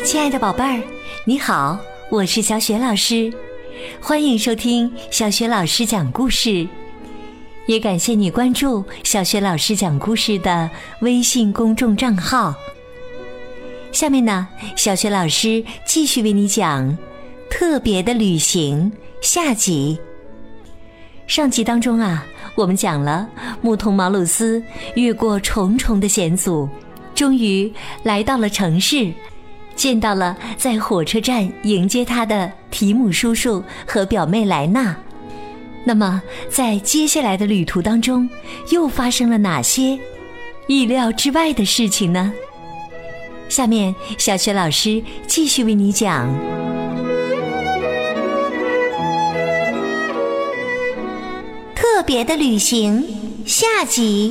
亲爱的宝贝儿，你好，我是小雪老师，欢迎收听小雪老师讲故事，也感谢你关注小雪老师讲故事的微信公众账号。下面呢，小雪老师继续为你讲特别的旅行下集。上集当中啊，我们讲了牧童毛鲁斯越过重重的险阻，终于来到了城市，见到了在火车站迎接他的提姆叔叔和表妹莱娜。那么在接下来的旅途当中，又发生了哪些意料之外的事情呢？下面小雪老师继续为你讲特别的旅行下集。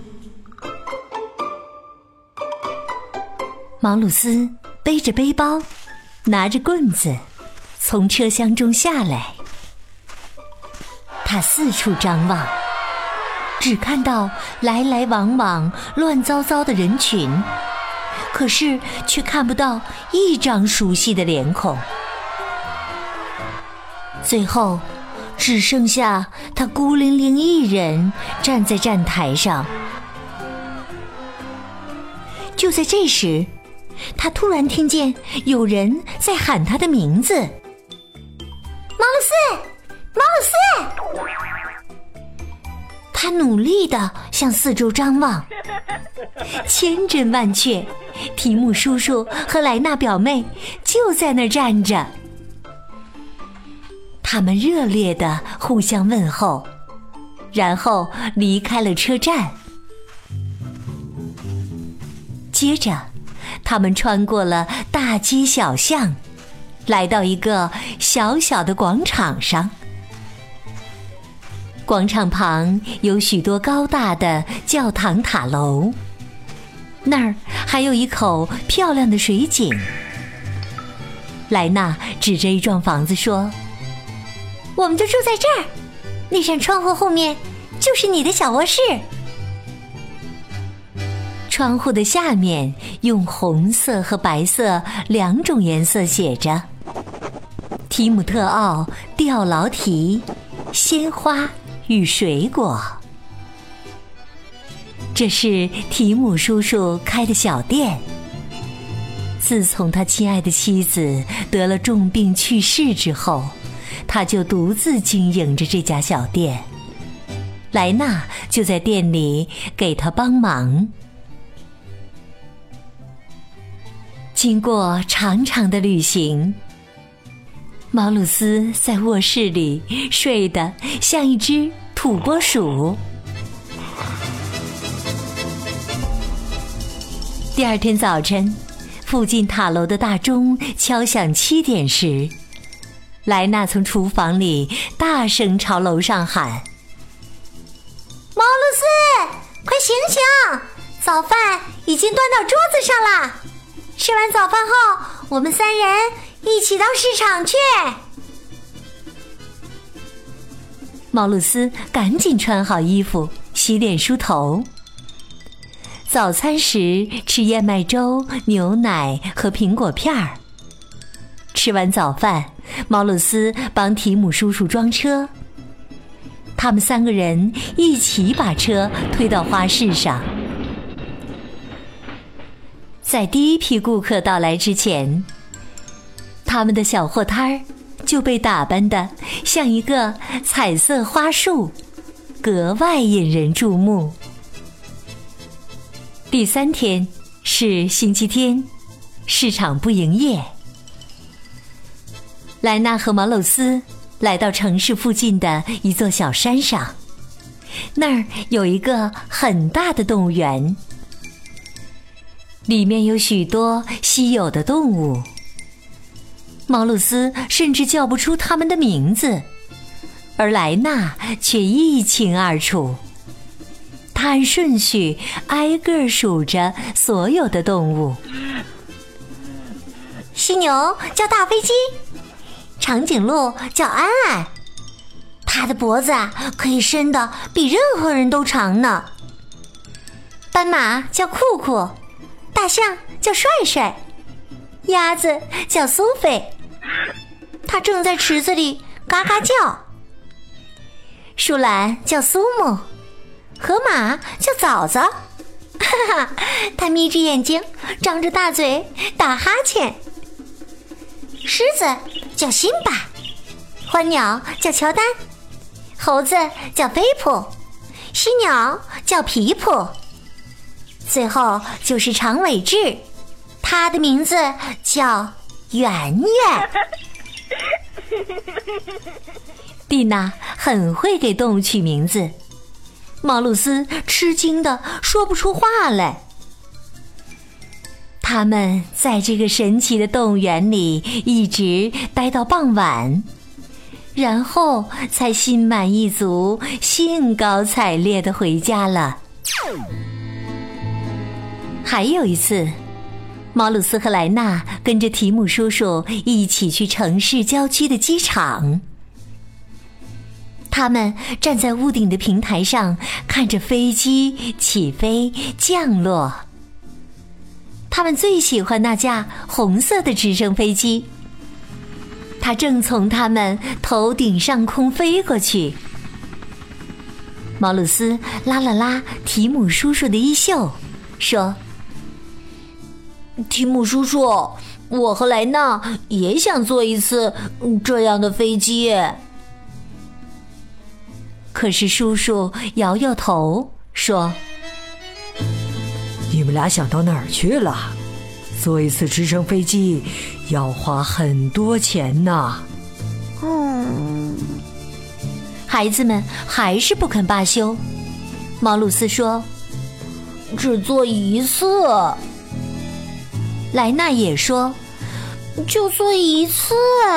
毛鲁斯背着背包，拿着棍子从车厢中下来，他四处张望，只看到来来往往乱糟糟的人群，可是却看不到一张熟悉的脸孔。最后只剩下他孤零零一人站在站台上。就在这时，他突然听见有人在喊他的名字：毛鲁斯，毛鲁斯！他努力地向四周张望，千真万确，提姆叔叔和莱娜表妹就在那儿站着。他们热烈地互相问候，然后离开了车站。接着他们穿过了大街小巷，来到一个小小的广场上。广场旁有许多高大的教堂塔楼，那儿还有一口漂亮的水井。莱娜指着一幢房子说：“我们就住在这儿，那扇窗户后面就是你的小卧室。”窗户的下面用红色和白色两种颜色写着提姆特奥吊劳提鲜花与水果。这是提姆叔叔开的小店，自从他亲爱的妻子得了重病去世之后，他就独自经营着这家小店，莱娜就在店里给他帮忙。经过长长的旅行，毛鲁斯在卧室里睡得像一只土拨鼠。第二天早晨，附近塔楼的大钟敲响7点时，莱娜从厨房里大声朝楼上喊：“毛鲁斯，快醒醒！早饭已经端到桌子上了。吃完早饭后，我们3人一起到市场去。”毛鲁斯赶紧穿好衣服，洗脸梳头。早餐时吃燕麦粥、牛奶和苹果片儿。吃完早饭，毛鲁斯帮提姆叔叔装车。他们3个人一起把车推到花市上。在第一批顾客到来之前，他们的小货摊儿就被打扮得像一个彩色花束，格外引人注目。第3天是星期天，市场不营业。莱娜和毛鲁斯来到城市附近的一座小山上，那儿有一个很大的动物园，里面有许多稀有的动物。毛鲁斯甚至叫不出它们的名字，而莱娜却一清二楚。她按顺序挨个数着所有的动物。犀牛叫大飞机，长颈鹿叫安安，它的脖子可以伸得比任何人都长呢。斑马叫酷酷，大象叫帅帅， 鸭子叫苏菲，它正在池子里嘎嘎叫。树懒叫苏木，河马叫枣子，哈哈，它眯着眼睛，张着大嘴打哈欠。狮子叫辛巴，欢鸟叫乔丹，猴子叫飞扑，犀鸟叫皮普，最后就是长尾雉，它的名字叫圆圆。蒂娜很会给动物取名字，毛鲁斯吃惊地说不出话来。他们在这个神奇的动物园里一直待到傍晚，然后才心满意足、兴高采烈地回家了。还有一次，毛鲁斯和莱纳跟着提姆叔叔一起去城市郊区的机场。他们站在屋顶的平台上，看着飞机起飞降落。他们最喜欢那架红色的直升飞机，它正从他们头顶上空飞过去。毛鲁斯拉了拉提姆叔叔的衣袖，说：“提姆叔叔，我和莱纳也想坐一次这样的飞机。”可是叔叔摇摇头说：“ 你们俩想到哪儿去了？坐一次直升飞机要花很多钱呢。” 孩子们还是不肯罢休。毛鲁斯说：“只坐一次。”莱纳也说：“就坐一次。”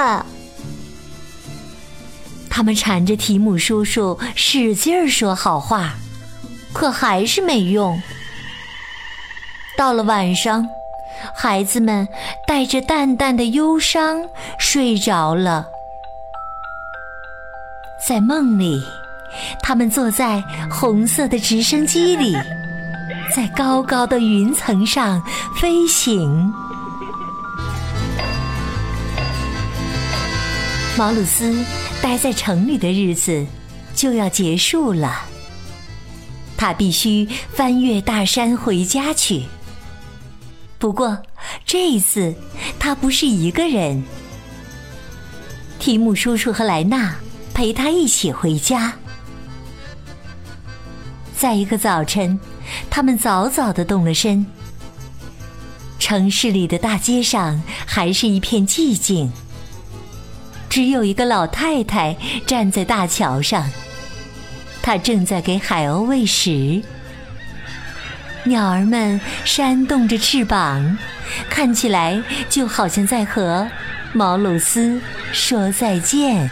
他们缠着提姆叔叔使劲儿说好话，可还是没用。到了晚上，孩子们带着淡淡的忧伤睡着了。在梦里，他们坐在红色的直升机里，在高高的云层上飞行。毛鲁斯待在城里的日子就要结束了，他必须翻越大山回家去。不过这一次他不是一个人，提姆叔叔和莱纳陪他一起回家。在一个早晨，他们早早地动了身。城市里的大街上还是一片寂静，只有一个老太太站在大桥上，她正在给海鸥喂食。鸟儿们扇动着翅膀，看起来就好像在和毛鲁斯说再见。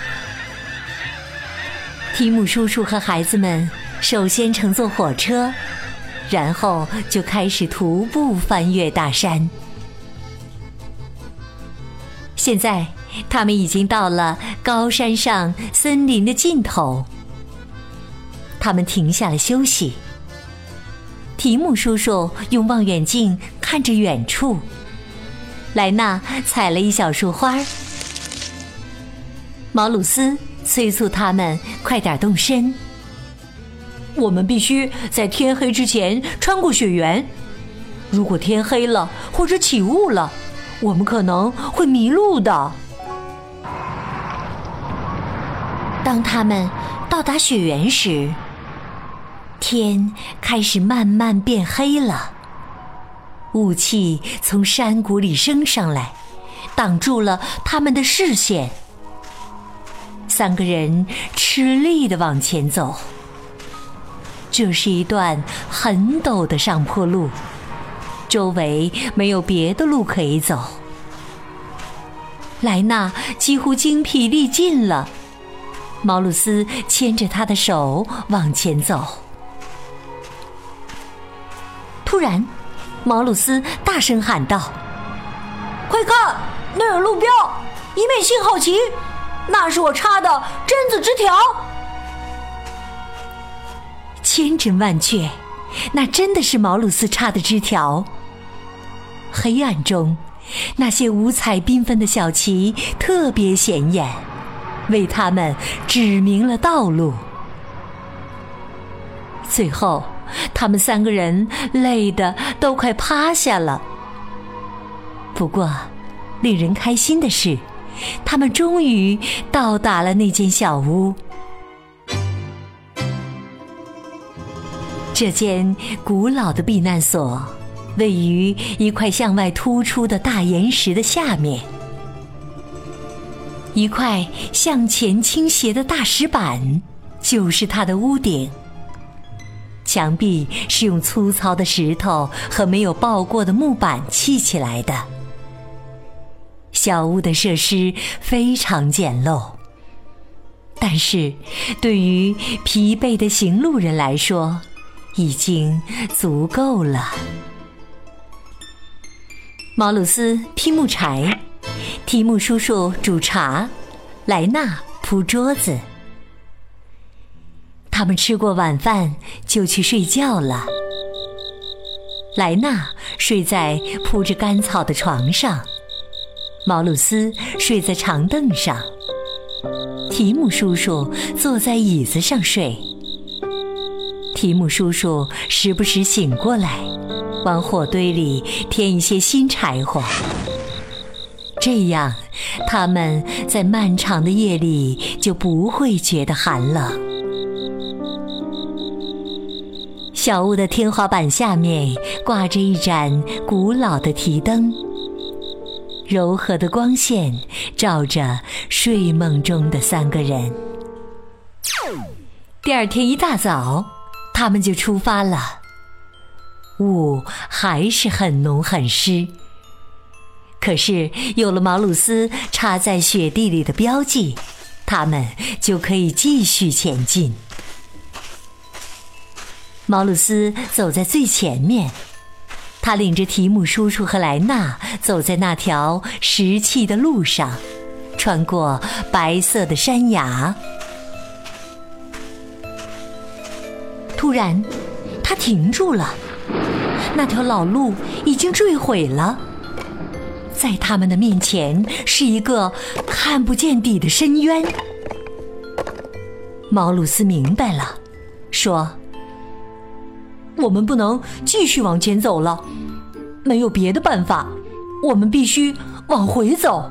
提姆叔叔和孩子们首先乘坐火车，然后就开始徒步翻越大山。现在他们已经到了高山上森林的尽头，他们停下了休息。提姆叔叔用望远镜看着远处，莱纳采了一小束花。毛鲁斯催促他们快点动身。我们必须在天黑之前穿过雪原，如果天黑了或者起雾了，我们可能会迷路的。当他们到达雪原时，天开始慢慢变黑了，雾气从山谷里升上来，挡住了他们的视线。三个人吃力地往前走，这是一段很陡的上坡路，周围没有别的路可以走。莱纳几乎精疲力尽了，毛鲁斯牵着他的手往前走。突然，毛鲁斯大声喊道：“快看，那有路标，一面信号旗，那是我插的榛子枝条。”千真万确，那真的是毛鲁斯插的枝条。黑暗中， 那些五彩缤纷的小旗特别显眼，为他们指明了道路。最后，他们3个人累得都快趴下了。不过，令人开心的是，他们终于到达了那间小屋。这间古老的避难所位于一块向外突出的大岩石的下面，一块向前倾斜的大石板就是它的屋顶。墙壁是用粗糙的石头和没有刨过的木板砌起来的。小屋的设施非常简陋，但是对于疲惫的行路人来说，已经足够了。毛鲁斯劈木柴，提姆叔叔煮茶，莱纳铺桌子。他们吃过晚饭就去睡觉了。莱纳睡在铺着干草的床上，毛鲁斯睡在长凳上，提姆叔叔坐在椅子上睡。提姆叔叔时不时醒过来，往火堆里添一些新柴火。这样，他们在漫长的夜里就不会觉得寒冷。小屋的天花板下面挂着一盏古老的提灯，柔和的光线照着睡梦中的3个人。第二天一大早，他们就出发了。雾还是很浓很湿，可是有了毛鲁斯插在雪地里的标记，他们就可以继续前进。毛鲁斯走在最前面，他领着提姆叔叔和莱纳走在那条石砌的路上，穿过白色的山崖。突然，他停住了，那条老路已经坠毁了。在他们的面前是一个看不见底的深渊。毛鲁斯明白了，说：“我们不能继续往前走了，没有别的办法，我们必须往回走。”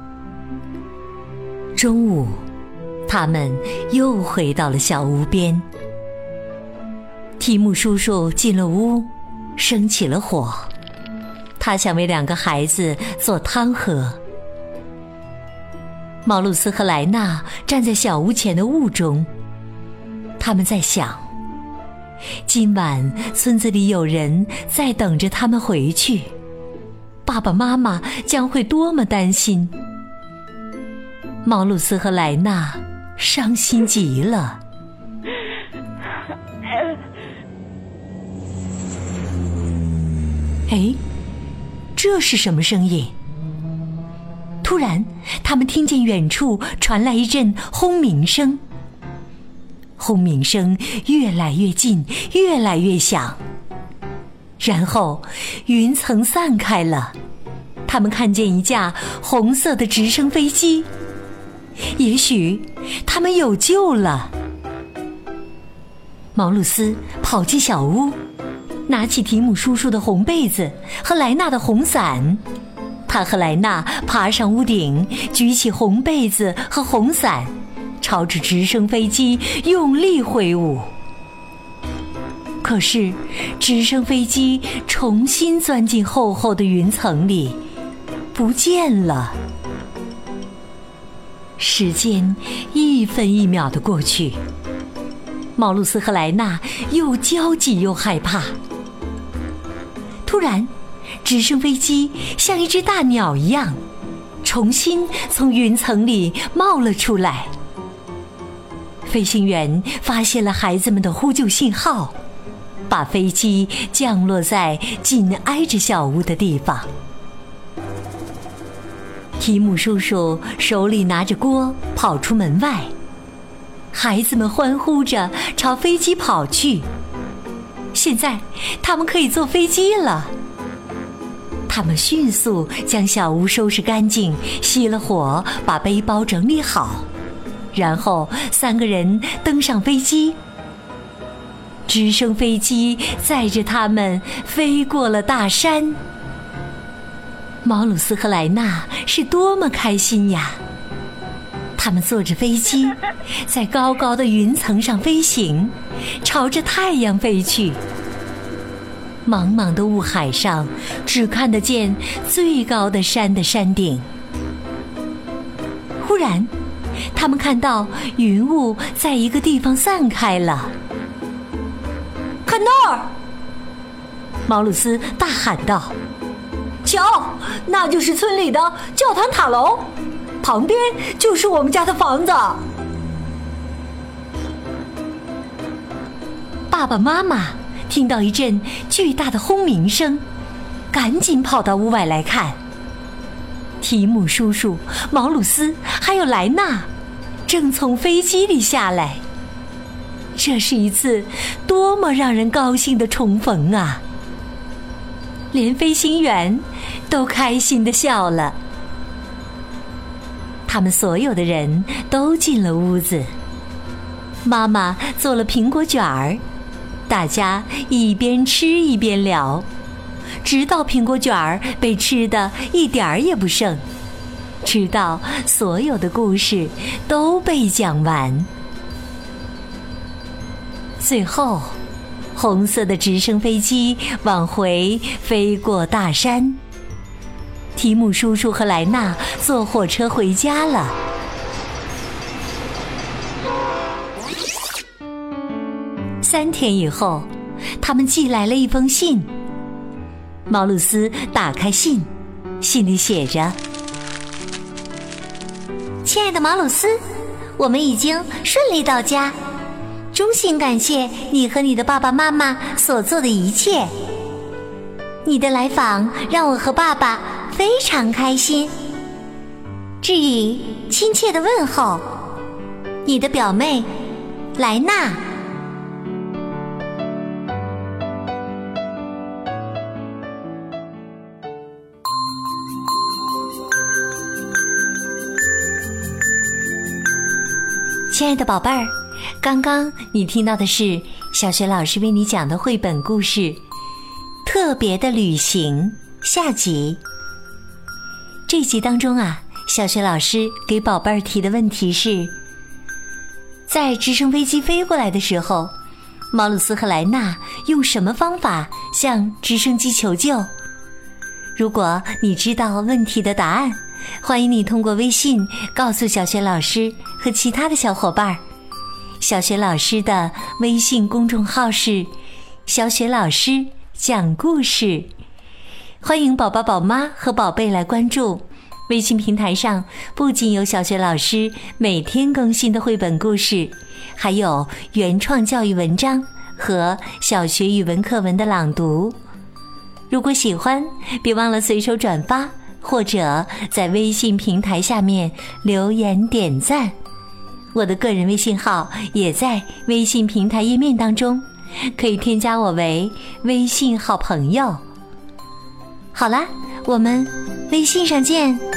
中午，他们又回到了小屋边。提姆叔叔进了屋，生起了火。他想为2个孩子做汤喝。毛鲁斯和莱纳站在小屋前的雾中，他们在想，今晚村子里有人在等着他们回去，爸爸妈妈将会多么担心。毛鲁斯和莱纳伤心极了。哎，这是什么声音？突然，他们听见远处传来一阵轰鸣声。轰鸣声越来越近，越来越响。然后，云层散开了，他们看见一架红色的直升飞机。也许他们有救了。毛鲁斯跑进小屋，拿起提姆叔叔的红被子和莱纳的红伞。他和莱纳爬上屋顶，举起红被子和红伞，朝着直升飞机用力挥舞。可是，直升飞机重新钻进厚厚的云层里，不见了。时间一分一秒地过去，毛鲁斯和莱纳又焦急又害怕。突然，直升飞机像一只大鸟一样，重新从云层里冒了出来。飞行员发现了孩子们的呼救信号，把飞机降落在紧挨着小屋的地方。提姆叔叔手里拿着锅跑出门外，孩子们欢呼着朝飞机跑去。现在他们可以坐飞机了。 他们迅速将小屋收拾干净，熄了火，把背包整理好，然后3个人登上飞机。直升飞机载着他们飞过了大山。毛鲁斯和莱纳是多么开心呀！他们坐着飞机，在高高的云层上飞行，朝着太阳飞去。茫茫的雾海上，只看得见最高的山的山顶。忽然，他们看到云雾在一个地方散开了。看那儿！毛鲁斯大喊道：“瞧，那就是村里的教堂塔楼，旁边就是我们家的房子。”爸爸妈妈听到一阵巨大的轰鸣声，赶紧跑到屋外来看。提姆叔叔、毛鲁斯还有莱纳正从飞机里下来。这是一次多么让人高兴的重逢啊！连飞行员都开心地笑了。他们所有的人都进了屋子，妈妈做了苹果卷儿，大家一边吃一边聊，直到苹果卷儿被吃得一点儿也不剩，直到所有的故事都被讲完。最后，红色的直升飞机往回飞过大山。提姆叔叔和莱纳坐火车回家了。3天以后，他们寄来了一封信。毛鲁斯打开信，信里写着：“亲爱的毛鲁斯，我们已经顺利到家。衷心感谢你和你的爸爸妈妈所做的一切。你的来访让我和爸爸非常开心。致以亲切的问候，你的表妹莱纳。”亲爱的宝贝儿，刚刚你听到的是小学老师为你讲的绘本故事《特别的旅行》下集。这集当中啊，小学老师给宝贝儿提的问题是：在直升飞机飞过来的时候，毛鲁斯和莱纳用什么方法向直升机求救？如果你知道问题的答案，欢迎你通过微信告诉小学老师和其他的小伙伴。小学老师的微信公众号是小雪老师讲故事，欢迎宝宝宝妈和宝贝来关注。微信平台上不仅有小学老师每天更新的绘本故事，还有原创教育文章和小学语文课文的朗读。如果喜欢，别忘了随手转发，或者在微信平台下面留言点赞。我的个人微信号也在微信平台页面当中，可以添加我为微信好朋友。好啦，我们微信上见。